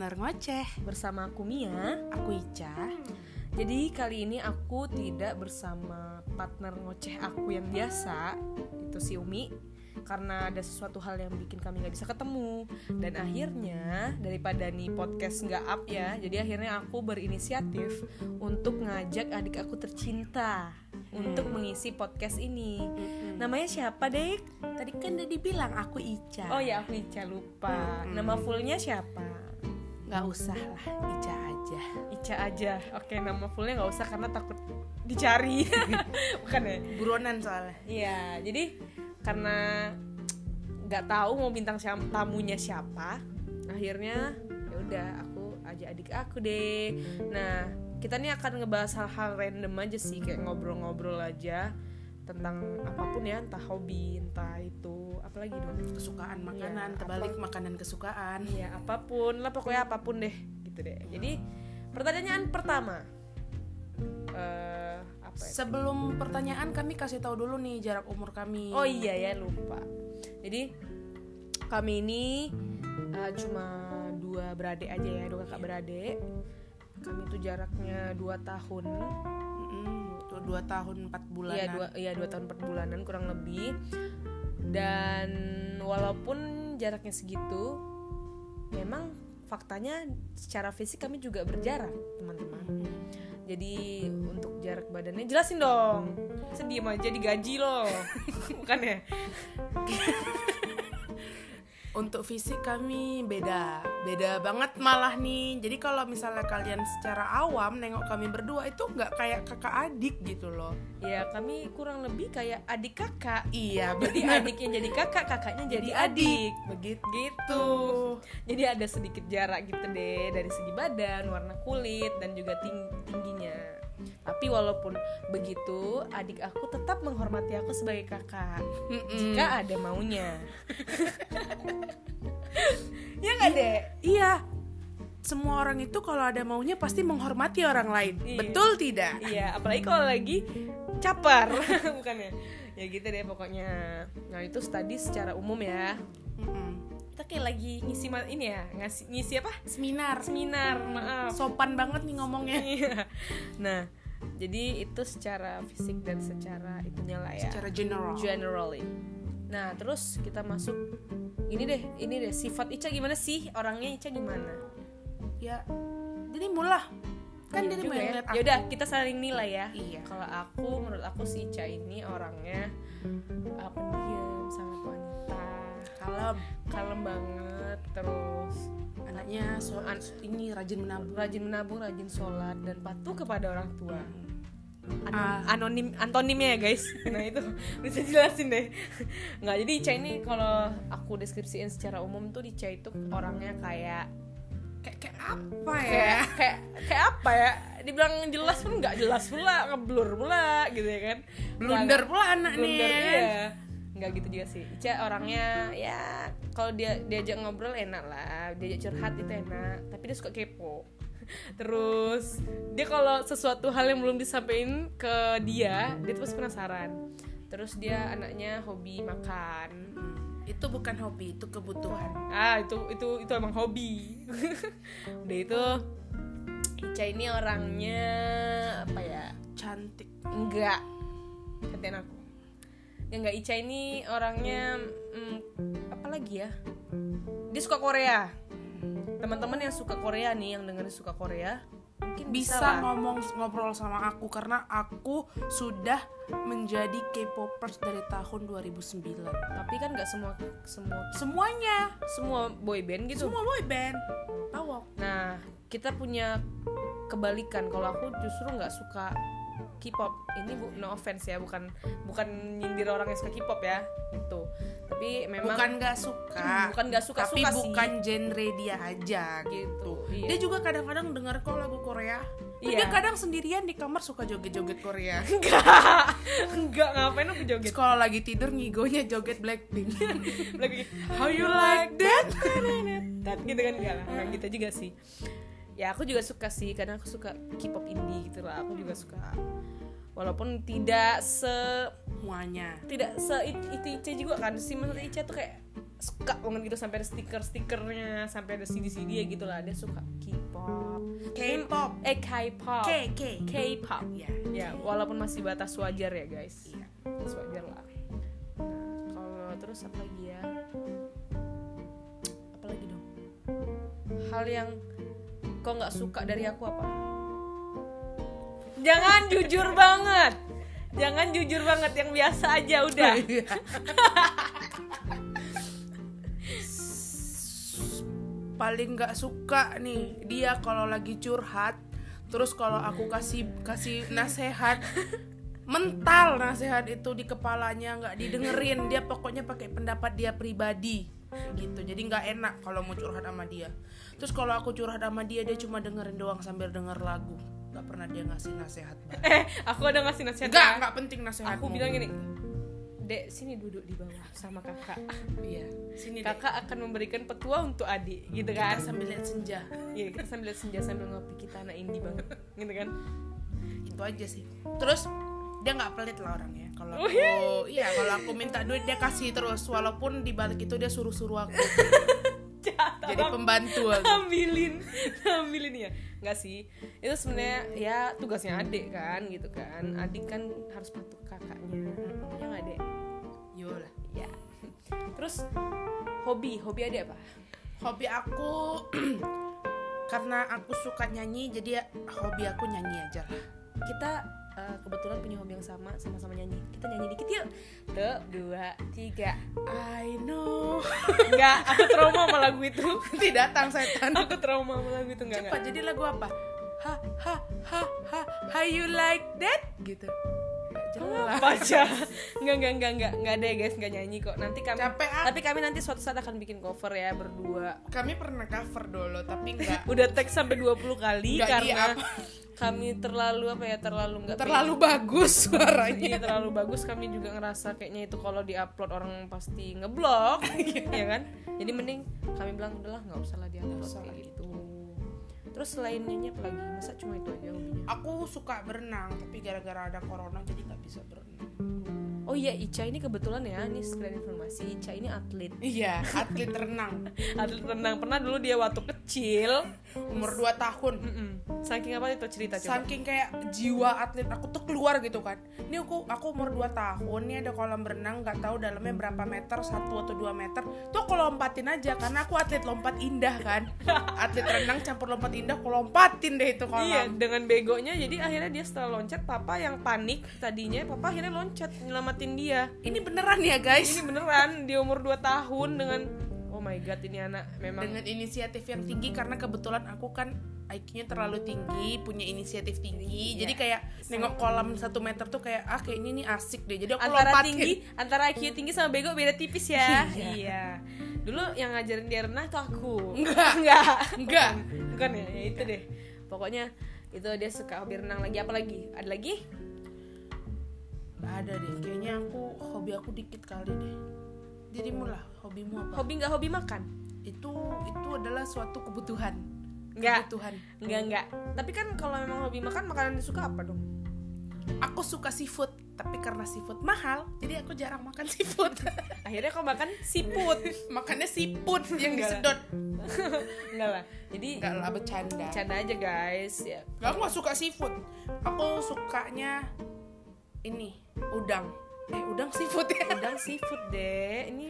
Partner Ngoceh. Bersama aku Mia. Aku Ica. Jadi kali ini aku tidak bersama partner ngoceh aku yang biasa, itu si Umi, karena ada sesuatu hal yang bikin kami gak bisa ketemu. Dan akhirnya daripada nih podcast gak up ya, jadi akhirnya aku berinisiatif untuk ngajak adik aku tercinta untuk mengisi podcast ini. Namanya siapa, Dek? Tadi kan udah dibilang aku Ica. Oh ya, aku Ica, lupa. Nama fullnya siapa? Gak usah lah, Ica aja. Ica aja. Oke, nama fullnya gak usah karena takut dicari. Bukan ya? Buronan soalnya. Iya, jadi karena gak tahu mau bintang tamunya siapa, akhirnya ya udah aku ajak adik aku deh. Nah, kita nih akan ngebahas hal-hal random aja sih, kayak ngobrol-ngobrol aja tentang apapun ya, entah hobi, entah itu apalagi dong, kesukaan makanan, ya, terbalik makanan kesukaan. Iya, apapun lah, pokoknya apapun deh gitu deh. Jadi pertanyaan pertama, apa ya? Sebelum pertanyaan kami kasih tahu dulu nih jarak umur kami. Oh iya ya, lupa. Jadi kami ini cuma 2 beradik aja ya, 2 kakak beradik. Kami tuh jaraknya 2 tahun. 2 tahun 4 bulanan. Iya 2 tahun 4 bulanan kurang lebih. Dan walaupun jaraknya segitu, memang faktanya secara fisik kami juga berjarak, teman-teman. Jadi untuk jarak badannya jelasin dong. Sediem aja digaji loh. Bukan ya? Untuk fisik kami beda banget malah nih. Jadi kalau misalnya kalian secara awam nengok kami berdua itu nggak kayak kakak adik gitu loh. Ya kami kurang lebih kayak adik kakak. Iya, jadi adiknya jadi kakak, kakaknya jadi adik. Begitu gitu. Jadi ada sedikit jarak gitu deh, dari segi badan, warna kulit, dan juga tingginya. Tapi walaupun begitu, adik aku tetap menghormati aku sebagai kakak jika ada maunya. Ya nggak deh? Iya. Semua orang itu kalau ada maunya pasti menghormati orang lain. Iya. Betul tidak? Iya, apalagi kalau lagi capar. Bukannya? Ya gitu deh pokoknya. Nah itu tadi secara umum ya. Kita kayak lagi ngisi ini ya, ngisi apa? Seminar, maaf. Sopan banget nih ngomongnya. Nah, jadi itu secara fisik dan secara itunya lah ya. Secara generally. Nah, terus kita masuk ini deh sifat Ica gimana sih? Orangnya Ica gimana? Ya, jadi mulai kan dia mau ngeliat aku. Yaudah, kita saling nilai ya. Iya. Kalau menurut aku si Ica ini orangnya pendiam, sangat wanita, kalem banget, terus anaknya ini rajin menabung, rajin sholat dan patuh kepada orang tua. Antonimnya ya guys. Nah itu bisa jelasin deh. Nggak, jadi Ica ini kalau aku deskripsiin secara umum tuh Ica itu orangnya kayak apa ya? Kayak apa ya? Dibilang jelas pun nggak jelas pula, ngeblur pula gitu ya kan? Blunder pula anaknya. Iya. Nggak gitu juga sih. Ica orangnya ya kalau diajak ngobrol enak lah, diajak curhat itu enak. Tapi dia suka kepo. Terus dia kalau sesuatu hal yang belum disampaikan ke dia tuh pasti penasaran. Terus dia anaknya hobi makan. Itu bukan hobi, itu kebutuhan. Itu emang hobi. Udah itu Ica ini orangnya apa ya? Cantik. Enggak. Katain aku. Enggak, Ica ini orangnya apa lagi ya? Dia suka Korea. Teman-teman yang suka Korea nih, yang dengerin suka Korea, mungkin bisa ngobrol sama aku karena aku sudah menjadi K-popers dari tahun 2009. Tapi kan nggak semuanya semua boyband gitu. Semua boyband. Tahu. Nah, kita punya kebalikan. Kalau aku justru nggak suka K-pop. Ini no offense ya, bukan nyindir orang yang suka K-pop ya, itu. Tapi memang bukan nggak suka, tapi suka bukan sih. genre dia aja gitu. Iya. Dia juga kadang-kadang denger kok lagu Korea. Iya. Dia kadang sendirian di kamar suka joget-joget Korea. Enggak, ngapain aku joget? Kalau lagi tidur ngigonya joget Blackpink. How you like that? Gitu kan, enggak lah. Nah, gitu juga sih. Ya aku juga suka sih, kadang aku suka K-pop indie gitu lah. Aku juga suka. Walaupun tidak semuanya, tidak itu Ica juga kan sih, maksudnya Ica tuh kayak suka banget gitu, sampai ada stiker-stikernya, sampai ada CD-CD ya gitu lah. Dia suka K-pop. K-pop. K-pop. Ya, walaupun masih batas wajar ya guys. Iya. Batas wajar lah. Nah, kalau terus apa lagi ya? Apa lagi dong? Hal yang kau nggak suka dari aku apa? Jangan jujur banget. Jangan jujur banget, yang biasa aja udah. Paling nggak suka nih dia kalau lagi curhat, terus kalau aku kasih nasehat, mental nasehat itu di kepalanya, nggak didengerin. Dia pokoknya pakai pendapat dia pribadi gitu, jadi nggak enak kalau mau curhat sama dia. Terus kalau aku curhat sama dia cuma dengerin doang sambil denger lagu, nggak pernah dia ngasih nasehat. Aku ada ngasih nasihat. Nggak penting nasehat. Aku bilang gini, Dek, sini duduk di bawah sama kakak. Iya, sini kakak akan memberikan petua untuk adik, gitu kan? Kita sambil lihat senja. Iya, kita sambil lihat senja sambil ngopi, kita anak indie banget, gitu kan? Itu aja sih. Terus dia nggak pelit lah orangnya. Kalau kalau aku minta duit dia kasih terus, walaupun di balik itu dia suruh aku. Jadi pembantu aku. Ambilin ya. Enggak sih. Itu sebenarnya ya tugasnya adik kan, gitu kan. Adik kan harus patuh kakaknya. Ya enggak, Dek? Yolah. Ya. Terus hobi adik apa? Hobi aku karena aku suka nyanyi, jadi ya hobi aku nyanyi aja lah. Kita kebetulan punya hobi yang sama-sama nyanyi. Kita nyanyi dikit yuk. 2, 3. I know. Enggak, aku trauma sama lagu itu. Nanti datang setan. Aku trauma sama lagu itu. Enggak. Cepat, jadi lagu apa? How you like that? Gitu. Apa aja. Enggak deh guys, enggak nyanyi kok. Nanti kami capek, tapi kami nanti suatu saat akan bikin cover ya berdua. Kami pernah cover dulu tapi enggak. Udah tag sampai 20 kali enggak karena kami terlalu bagus suaranya. Iya, terlalu bagus. Kami juga ngerasa kayaknya itu kalau diupload orang pasti ngeblok. Ya kan? Jadi mending kami bilang udahlah enggak usah lah diupload kayak gitu. Terus selain nyanyi apa lagi? Masa cuma itu aja hobinya? Aku suka berenang, tapi gara-gara ada corona jadi nggak bisa berenang. Oh iya, Ica ini kebetulan ya, ini sekedar informasi, Ica ini atlet. Iya, atlet renang. Atlet renang. Pernah dulu dia waktu kecil, umur 2 tahun. Saking apa itu cerita coba? Saking kayak jiwa atlet aku tuh keluar gitu kan. Ini aku umur 2 tahun, nih ada kolam renang, nggak tahu dalamnya berapa meter, 1 atau 2 meter. Tuh aku lompatin aja karena aku atlet lompat indah kan. Atlet renang campur lompat indah, aku lompatin deh itu kolam. Iya, dengan begonya. Jadi akhirnya dia setelah loncat, papa yang panik tadinya, papa akhirnya loncat nyelamatin dia. Ini beneran ya guys? Ini beneran, di umur 2 tahun dengan oh my god, ini anak memang dengan inisiatif yang tinggi, karena kebetulan aku kan IQ-nya terlalu tinggi, punya inisiatif tinggi. Jadi kayak nengok kolam 1 meter tuh kayak kayaknya ini asik deh. Jadi aku lompatin. Antara IQ tinggi sama bego beda tipis ya. Iya. Dulu yang ngajarin dia renang tuh aku. Enggak. Bukan ya, itu deh. Pokoknya itu dia suka hobi renang. Lagi apa lagi? Ada lagi? Gak ada deh. Kayaknya hobi aku dikit kali deh. Dirimu lah, hobimu apa? Hobi nggak hobi makan? Itu adalah suatu kebutuhan. Enggak. Tapi kan kalau memang hobi makan, makanan disuka apa dong? Aku suka seafood, tapi karena seafood mahal, jadi aku jarang makan seafood. Akhirnya kau makan siput. Makannya siput yang disedot. Enggak lah. Jadi enggak lah, bercanda aja guys ya. Aku gak suka seafood. Aku sukanya ini udang seafood ya. Udang seafood deh. Ini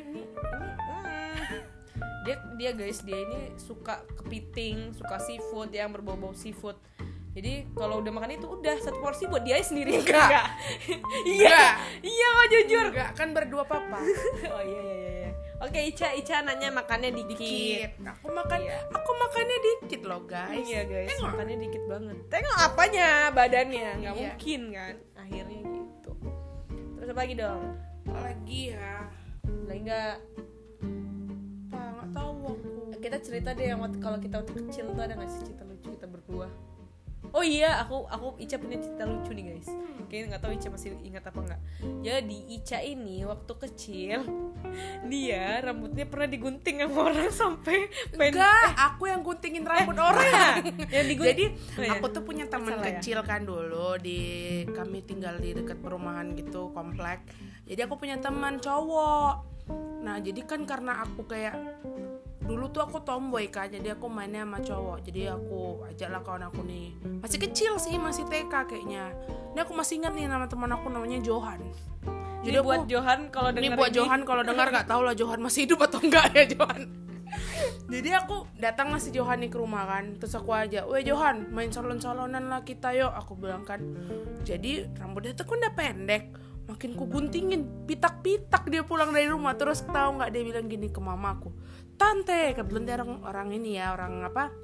dia guys, dia ini suka kepiting, suka seafood yang berbau-bau seafood. Jadi kalau udah makan itu udah 1 porsi buat dia sendiri. Enggak. Iya mau jujur. Enggak, kan berdua papa. Oh iya. Oke, Ica anaknya makannya dikit. Aku makannya dikit loh guys. Iya guys, makannya dikit banget. Tengok apanya, badannya nggak mungkin kan. Akhirnya gitu. Terus apa lagi dong? Lagi nggak? Nggak tahu aku. Kita cerita deh yang kalau kita waktu kecil tuh ada nggak sih cerita lucu kita berdua? Oh iya, aku Ica punya cerita lucu nih guys. Kayaknya nggak tahu Ica masih ingat apa nggak. Jadi Ica ini waktu kecil dia rambutnya pernah digunting sama orang sampai aku yang guntingin rambut orang. Yang Jadi aku tuh punya teman kecil kan dulu kami tinggal di dekat perumahan gitu, komplek. Jadi aku punya teman cowok. Nah jadi kan karena aku kayak dulu tuh aku tomboy kan, jadi aku mainnya sama cowok. Jadi aku ajaklah kawan aku nih, masih kecil sih, masih TK kayaknya. Ini aku masih ingat nih nama teman aku namanya Johan. Jadi buat Johan kalau dengar ini buat Johan kalau dengar nggak tahu lah Johan masih hidup atau enggak ya Johan. Jadi aku datang masih Johan nih ke rumah kan, terus aku aja, weh Johan main calon-calonan lah kita yuk, aku bilang kan. Jadi rambutnya tuh kan udah pendek, makin ku guntingin pitak-pitak dia pulang dari rumah. Terus tahu nggak dia bilang gini ke mamaku, tante, kebetulan dia orang ini ya, orang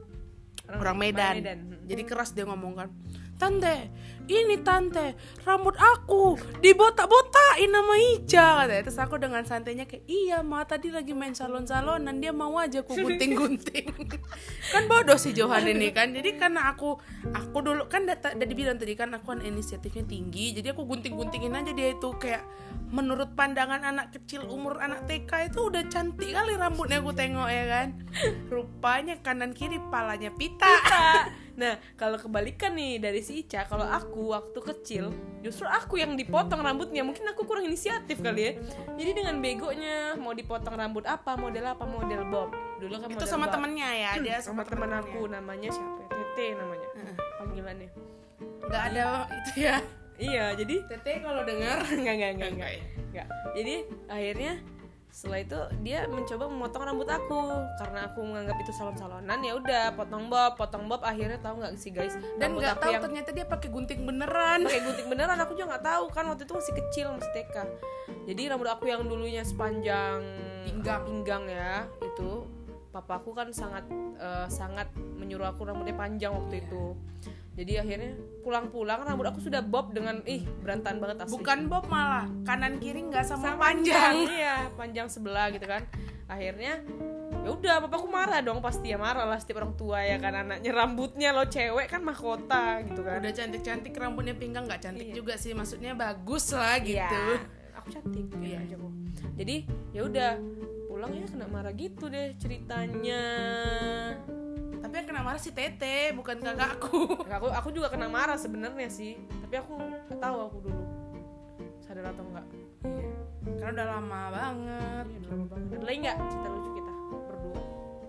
Medan. Jadi keras dia ngomong kan, tante, ini tante, rambut aku dibotak-botakin sama Ica katanya. Terus aku dengan santainya kayak, iya ma, tadi lagi main salon-salonan, dia mau aja aku gunting-gunting. Kan bodoh si Johan ini kan. Jadi karena aku dulu kan udah dibilang tadi kan aku kan inisiatifnya tinggi, jadi aku gunting-guntingin aja dia itu. Kayak menurut pandangan anak kecil umur anak TK itu udah cantik kali rambutnya aku tengok ya kan. Rupanya kanan kiri palanya pita. Nah, kalau kebalikan nih dari si Ica, kalau aku waktu kecil justru aku yang dipotong rambutnya. Mungkin aku kurang inisiatif kali ya. Jadi dengan begonya mau dipotong rambut apa, model bob. Dulu kan itu model sama bob. temennya ya, dia sama teman aku namanya siapa ya? Tete namanya. Panggilannya. Nggak ada itu ya. Iya, jadi Tete kalau dengar enggak. Jadi akhirnya setelah itu dia mencoba memotong rambut aku karena aku menganggap itu salon-salonan. Ya udah potong bob. Akhirnya tahu nggak sih guys, dan nggak tahu ternyata dia pakai gunting beneran. Aku juga nggak tahu kan, waktu itu masih kecil, masih TK. Jadi rambut aku yang dulunya sepanjang pinggang ya, itu papaku kan sangat menyuruh aku rambutnya panjang waktu itu. Jadi akhirnya pulang-pulang rambut aku sudah bob dengan berantakan banget asli. Bukan bob, malah kanan kiri nggak sama panjang. Iya, panjang sebelah gitu kan. Akhirnya ya udah, papaku marah dong, pasti ya marah lah setiap orang tua ya kan, anaknya rambutnya lo cewek kan mahkota gitu kan. Udah cantik-cantik rambutnya pinggang, nggak cantik juga sih, maksudnya bagus lah gitu. Iya, aku cantik iya aja kok. Jadi ya udah pulang ya kena marah gitu deh ceritanya. Tapi yang kena marah si Tete, bukan kakakku. Aku juga kena marah sebenarnya sih, tapi aku nggak tahu aku dulu sadar atau enggak. Iya, karena udah lama banget. Iya, udah lama banget. Ada lagi nggak cerita lucu kita berdua?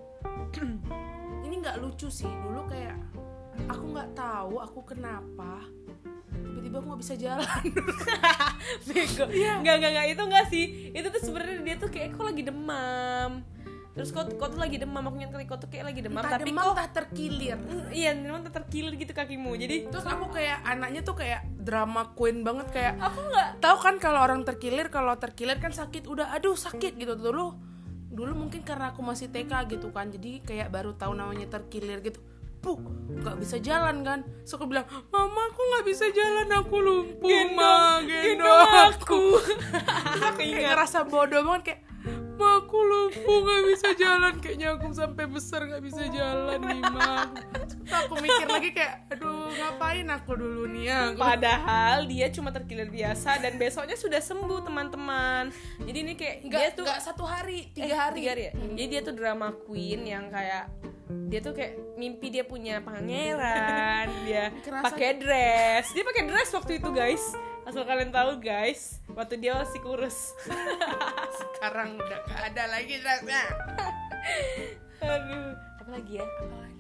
Ini nggak lucu sih, dulu kayak aku nggak tahu aku kenapa tiba-tiba aku nggak bisa jalan. Bego. Nggak itu nggak sih. Itu tuh sebenarnya dia tuh kayak kok lagi demam. Terus kok tuh lagi demam, aku nyangka kok tuh kayak lagi demam, entah tapi demam, kok entah terkilir. Iya, demam terkilir gitu kakimu. Jadi terus aku kayak anaknya tuh kayak drama queen banget, kayak aku nggak tahu kan kalau orang terkilir kan sakit, udah aduh sakit gitu. Dulu mungkin karena aku masih TK gitu kan, jadi kayak baru tahu namanya terkilir gitu. Nggak bisa jalan kan. So aku bilang, mama aku nggak bisa jalan, aku lumpuh. Gendong aku. Terus aku kayak ngerasa bodoh banget, kayak ma aku lumpuh nggak bisa jalan, kayaknya aku sampai besar nggak bisa jalan nih ma. Terus aku mikir lagi kayak, aduh ngapain aku dulu nih ya. Padahal dia cuma terkilir biasa dan besoknya sudah sembuh teman-teman. Jadi ini kayak nggak 1 hari, 3 hari ya. Jadi dia tuh drama queen yang kayak dia tuh kayak mimpi dia punya pangeran, dia pakai dress. Dia pakai dress waktu itu guys. Asal kalian tahu guys, waktu dia masih kurus. Sekarang udah gak ada lagi dressnya. Aduh, apa lagi ya?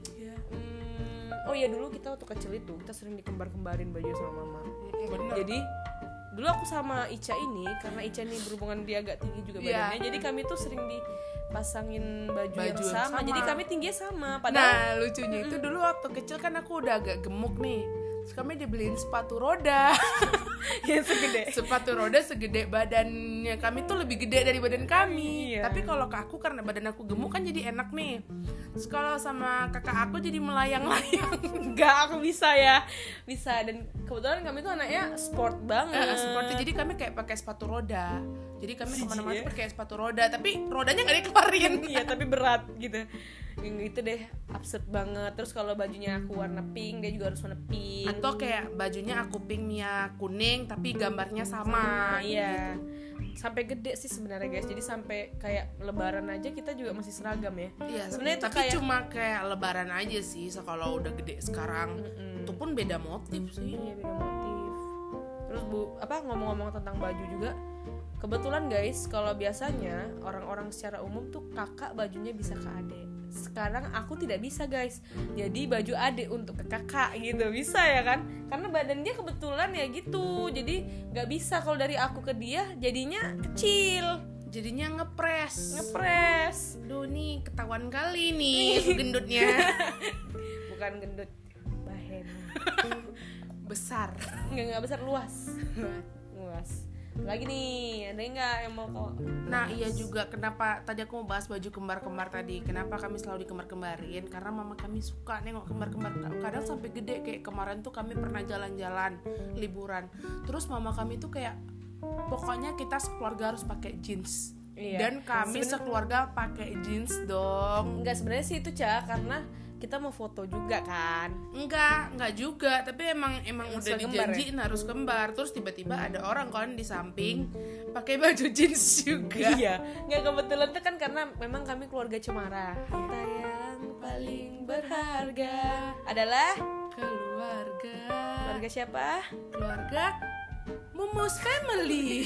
Oh ya, dulu kita waktu kecil itu kita sering dikembar-kembarin baju sama mama. Bener. Jadi dulu aku sama Ica ini, karena Ica ini berhubungan dia agak tinggi juga badannya, jadi kami tuh sering dipasangin baju yang sama. Jadi kami tingginya sama. Padahal lucunya itu dulu waktu kecil kan aku udah agak gemuk nih. Terus kami dibeliin sepatu roda. Yang segede. Sepatu roda segede badannya kami tuh lebih gede dari badan kami. Iya. Tapi kalau ke aku karena badan aku gemuk kan jadi enak nih. Terus kalau sama kakak aku jadi melayang-layang. Enggak, aku bisa ya. Bisa, dan kebetulan kami tuh anaknya sport banget. Sporty, jadi kami kayak pakai sepatu roda. Jadi kami kemana-mana tuh pakai sepatu roda, tapi rodanya nggak dikeluarin. Iya, tapi berat gitu. Yang gitu deh, absurd banget. Terus kalau bajunya aku warna pink, dia juga harus warna pink. Atau kayak bajunya aku pink, Mia kuning, tapi gambarnya sama. Iya. Sampai gede sih sebenarnya guys. Jadi sampai kayak lebaran aja kita juga masih seragam ya. Iya, sebenarnya tapi kayak, cuma kayak lebaran aja sih. Kalau udah gede sekarang, itu pun beda motif sih. Iya, beda motif. Terus ngomong-ngomong tentang baju juga, Kebetulan guys, kalau biasanya orang-orang secara umum tuh kakak bajunya bisa ke adik. Sekarang aku tidak bisa guys. Jadi baju adik untuk ke kakak gitu bisa ya kan? Karena badan dia kebetulan ya gitu. Jadi nggak bisa kalau dari aku ke dia jadinya kecil. Jadinya ngepres. Duh Nih ketahuan kali nih gendutnya. bukan gendut, bahen. Besar. Nggak besar, luas. Lagi nih, ada nggak yang mau kau? Nah iya juga, kenapa tadi aku mau bahas baju kembar-kembar tadi. Kenapa kami selalu dikembar-kembarin? Karena mama kami suka nengok kembar-kembar. Kadang sampai gede, kayak kemarin tuh kami pernah jalan-jalan liburan. Terus mama kami tuh kayak, pokoknya kita sekeluarga harus pakai jeans. Iya. Dan kami sekeluarga pakai jeans dong. Enggak, sebenarnya sih itu karena kita mau foto juga kan. Enggak juga, tapi emang udah dijanjiin ya? harus kembar. Terus tiba-tiba ada orang kan di samping pakai baju jeans juga. Iya, nggak kebetulan tuh kan karena memang kami keluarga cemara. Harta yang paling berharga adalah keluarga siapa? Keluarga Mumus Family.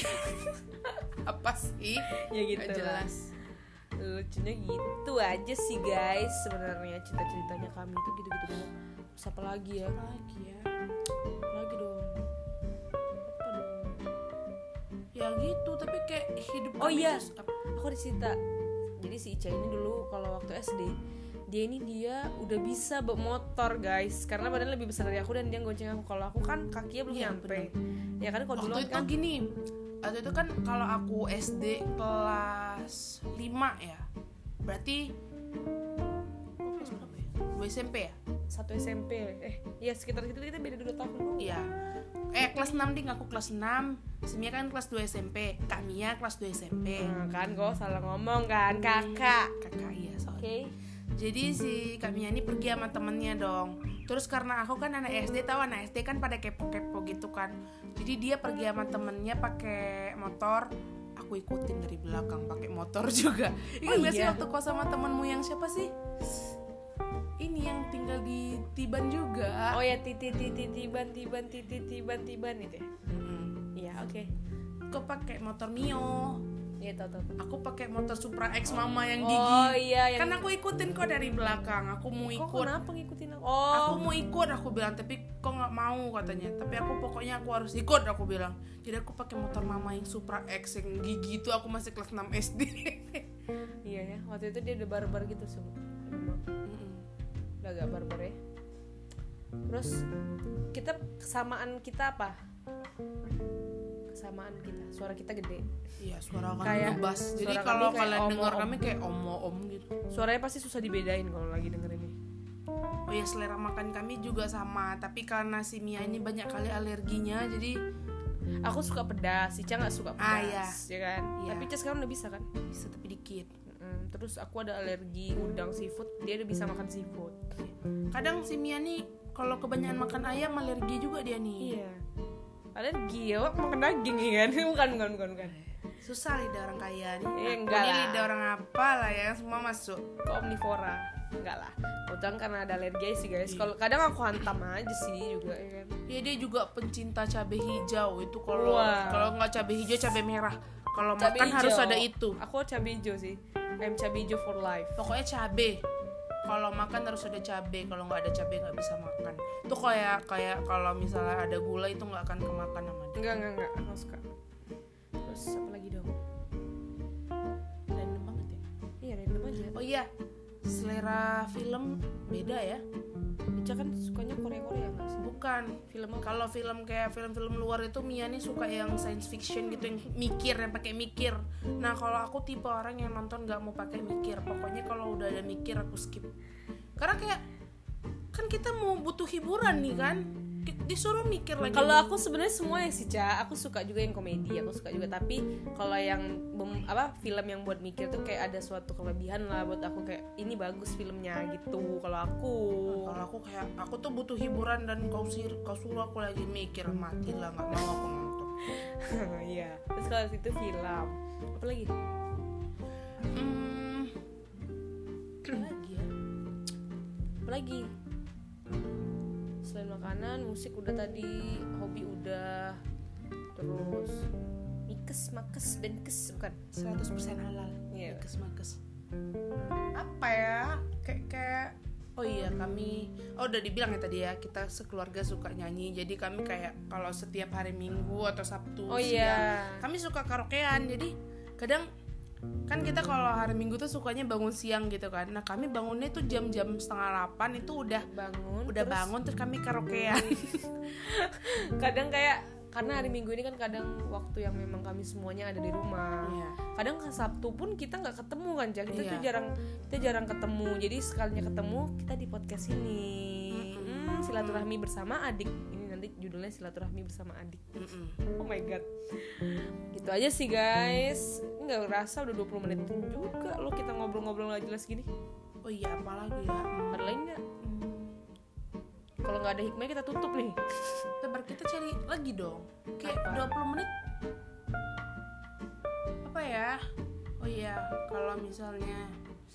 Apa sih? Ya gitu Gak lah. jelas. Lucunya gitu aja sih guys. Sebenarnya cerita-ceritanya kami itu gitu-gitu doang. Terus apa lagi ya? Apa lagi dong? Apa dong? Ya gitu, tapi kayak hidup Oh kami iya, tuh aku ada cerita. Jadi si Ica ini dulu kalau waktu SD dia udah bisa bawa motor guys, karena badan lebih besar dari aku dan dia gonceng aku. Kalau aku kan kakinya belum Iya, nyampe. Ya kan kalau dulu waktu itu kan gini. Waktu itu kan kalau aku SD kelas 5 ya. Berarti kelas berapa ya? 2 SMP ya? 1 SMP. Ya sekitar itu kita beda 2 tahun. Iya. Kelas 6 ding, aku kelas 6. Si Mia kan kelas 2 SMP. Kak Mia kelas 2 SMP. Nah, kan kok salah ngomong kan, kakak. Kakak iya soalnya. Oke. Jadi si Kak Mia ini pergi sama temennya dong. Terus karena aku kan anak SD, tahu anak SD kan pada kepo-kepo gitu kan. Jadi dia pergi sama temennya pakai motor. Aku ikutin dari belakang pakai motor juga. Ingat gak sih iya? waktu kau sama temenmu yang siapa sih? Ini yang tinggal di Tiban juga. Oh ya, tiban itu. Iya, oke. Kau pakai motor Mio. Iya, tahu. Aku pakai motor Supra X mama yang gigi. Oh iya, Kan aku ikutin kok dari belakang. Aku mau Kok ikut. kenapa ngikutin aku? Aku mau ikut, aku bilang, tapi kok nggak mau katanya. Tapi aku pokoknya aku harus ikut, aku bilang. Jadi aku pakai motor mama yang Supra X yang gigi itu. Aku masih kelas 6 SD. Iya ya, waktu itu dia udah barbar gitu semua. Udah agak barbar ya. Terus kesamaan kita apa? Kesamaan kita, suara kita gede. Iya, suara kami Kayak ngebas. Jadi suara kalau kami kayak kalian dengar om-om. kami kayak om gitu. Suaranya pasti susah dibedain kalau lagi denger ini. Oh ya, selera makan kami juga sama. Tapi karena si Mia ini banyak kali alerginya, jadi Aku suka pedas, Ica nggak suka pedas, ya kan? Iya. Tapi Ica sekarang udah bisa kan? bisa tapi dikit. Terus aku ada alergi udang seafood, dia udah bisa makan seafood. Kadang si Mia nih kalau kebanyakan makan ayam alergi juga dia nih. Iya. Alergi ya, makan daging ya kan? Bukan. Susah lidah orang kaya nih. Enggak Ini lah. lidah orang apa lah ya, semua masuk. Ke omnivora. Enggak lah. Kebetulan karena ada alergi sih guys. Kalau kadang aku hantam aja sih juga ya kan. Ya dia juga pencinta cabai hijau itu kalau Wah. kalau nggak cabai hijau cabai merah. Kalau Cabai makan harus hijau. ada itu. Aku cabai hijau sih. I'm cabai hijau for life. Pokoknya cabai. Kalau makan harus ada cabai. Kalau nggak ada cabai nggak bisa makan. Itu kayak kalau misalnya ada gula itu nggak akan kemakan sama dia. Enggak. Aku suka. Terus apa lagi dong? Random banget ya. Iya, random aja. Oh iya, selera film beda ya. Ica kan sukanya Korea nggak sih? Bukan. Film apa? Kalau film kayak film-film luar itu Mia nih suka yang science fiction gitu, yang mikir, yang pakai mikir. Nah kalau aku tipe orang yang nonton nggak mau pakai mikir. Pokoknya kalau udah ada mikir aku skip. Karena kayak kan kita mau butuh hiburan nih kan, disuruh mikir lagi. Kalau aku sebenarnya semuanya sih, Ca. Aku suka juga yang komedi, aku suka juga. Tapi kalau yang film yang buat mikir tuh kayak ada suatu kelebihan lah buat aku, kayak ini bagus filmnya gitu. Kalau aku kayak aku tuh butuh hiburan dan kau suruh aku lagi mikir, matilah, nggak mau aku nonton. iya. Terus kalau itu film apa lagi? Apa lagi? Selain makanan, musik udah tadi, hobi udah, terus makes ben kes bukan 100% halal. Iya. Makes. Apa ya? Kayak oh iya, kami udah dibilang ya tadi ya, kita sekeluarga suka nyanyi. Jadi kami kayak kalau setiap hari Minggu atau Sabtu siang kami suka karaokean. Jadi kadang kan kita kalau hari Minggu tuh sukanya bangun siang gitu kan. Nah, kami bangunnya tuh jam-jam 7:30 itu udah bangun terus kami karaokean. Kadang kayak karena hari Minggu ini kan kadang waktu yang memang kami semuanya ada di rumah. Kadang ke Sabtu pun kita nggak ketemu kan, kita tuh jarang ketemu. Jadi sekalinya ketemu kita di podcast ini. Silaturahmi bersama adik. Ini nanti judulnya silaturahmi bersama adik. Oh my god. Gitu aja sih guys. Nggak rasa udah 20 menit juga loh kita ngobrol-ngobrol nggak jelas gini. Oh iya, apalagi ya? Ada lain nggak? Kalau nggak ada hikmahnya kita tutup nih. Sabar, kita cari lagi dong. Kayak 20 menit. Apa ya? Oh iya, kalau misalnya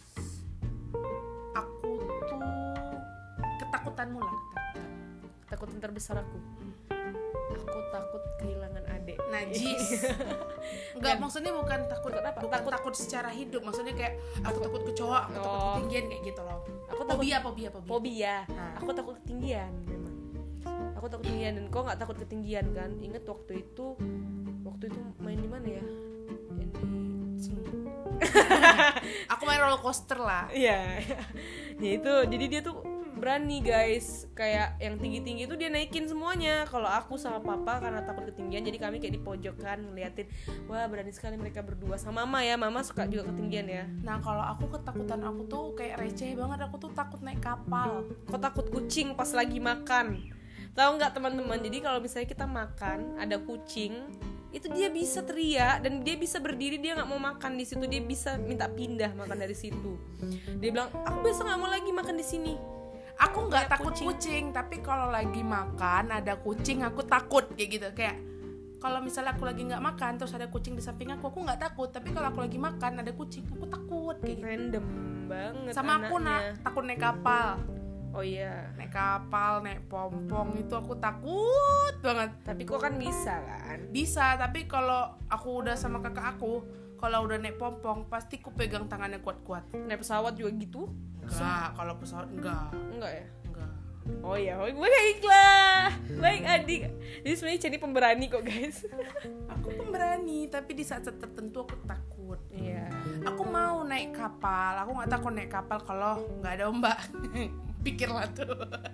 aku tuh ketakutanmu lah, Ketakutan terbesar aku. Aku takut kehilangan adek. Najis. Enggak, maksudnya bukan takut apa? Bukan takut secara hidup, maksudnya kayak aku takut kecoa, aku takut ketinggian kayak gitu loh. Aku takut fobia. Aku takut ketinggian memang. Aku takut ketinggian, dan kau nggak takut ketinggian kan? Ingat waktu itu main di mana ya? Yang di sini. Aku main roller coaster lah. Iya. Ya itu, jadi dia tuh berani guys, kayak yang tinggi-tinggi itu dia naikin semuanya. Kalau aku sama papa karena takut ketinggian, jadi kami kayak di pojokan ngeliatin. Wah, berani sekali mereka berdua. Sama mama ya, mama suka juga ketinggian ya. Nah, kalau aku ketakutan aku tuh kayak receh banget. Aku tuh takut naik kapal. Kok takut kucing pas lagi makan? Tahu nggak teman-teman? Jadi kalau misalnya kita makan ada kucing, itu dia bisa teriak dan dia bisa berdiri, dia nggak mau makan di situ, dia bisa minta pindah makan dari situ. Dia bilang, aku besok nggak mau lagi makan di sini. Aku nggak takut kucing, tapi kalau lagi makan ada kucing aku takut kayak gitu. Kayak kalau misalnya aku lagi nggak makan terus ada kucing di samping aku nggak takut. Tapi kalau aku lagi makan ada kucing, aku takut kayak gitu. Random banget. Sama anaknya. Aku takut naik kapal. Oh iya, naik kapal, naik pompong itu aku takut banget. Tapi kok kan bisa kan? Bisa, tapi kalau aku udah sama kakak aku, kalau udah naik pompong pasti ku pegang tangannya kuat-kuat. Naik pesawat juga gitu? Enggak, kalau pesawat enggak ya? Enggak. Oh iya, baiklah. Baik adik. Jadi sebenarnya Chani pemberani kok guys. Aku pemberani, tapi di saat tertentu aku takut. Iya. Aku mau naik kapal, aku nggak takut naik kapal kalau nggak ada ombak. Pikirlah tuh.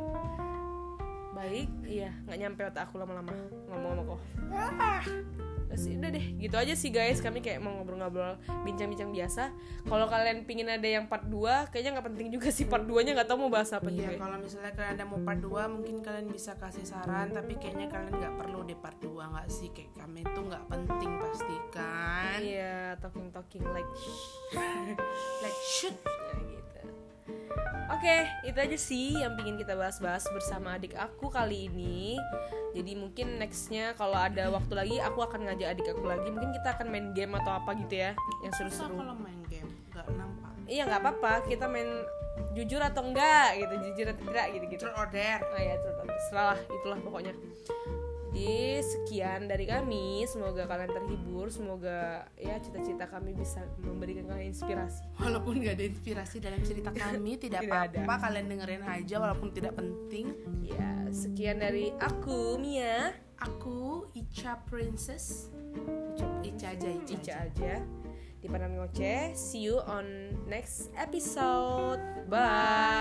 Baik, iya, nggak nyampe otak aku lama-lama ngomong sama kok. Udah deh, gitu aja sih guys. Kami kayak mau ngobrol-ngobrol, bincang-bincang biasa. Kalau kalian pingin ada yang part 2, kayaknya nggak penting juga sih part 2-nya, nggak tahu mau bahas apa juga. Iya, kalau misalnya kalian ada mau part 2, mungkin kalian bisa kasih saran. Tapi kayaknya kalian nggak perlu di part 2, nggak sih? Kayak kami itu nggak penting pasti kan. Iya, talking like like shoot gitu. Oke, itu aja sih yang pingin kita bahas-bahas bersama adik aku kali ini. Jadi mungkin nextnya kalau ada waktu lagi, aku akan ngajak adik aku lagi. Mungkin kita akan main game atau apa gitu ya, yang seru-seru. Kalau main game nggak nampak. Iya, nggak apa-apa. Kita main jujur atau enggak gitu, jujur atau tidak gitu. Truth or dare. Oh ya, truth or dare. Setelah itulah pokoknya. Jadi sekian dari kami, semoga kalian terhibur, semoga ya cita-cita kami bisa memberikan kalian inspirasi. Walaupun gak ada inspirasi dalam cerita kami, tidak apa-apa, kalian dengerin aja walaupun tidak penting. Ya, sekian dari aku Mia, aku Ica Princess, Ica aja. Di Pandang Ngoceh. See you on next episode. Bye.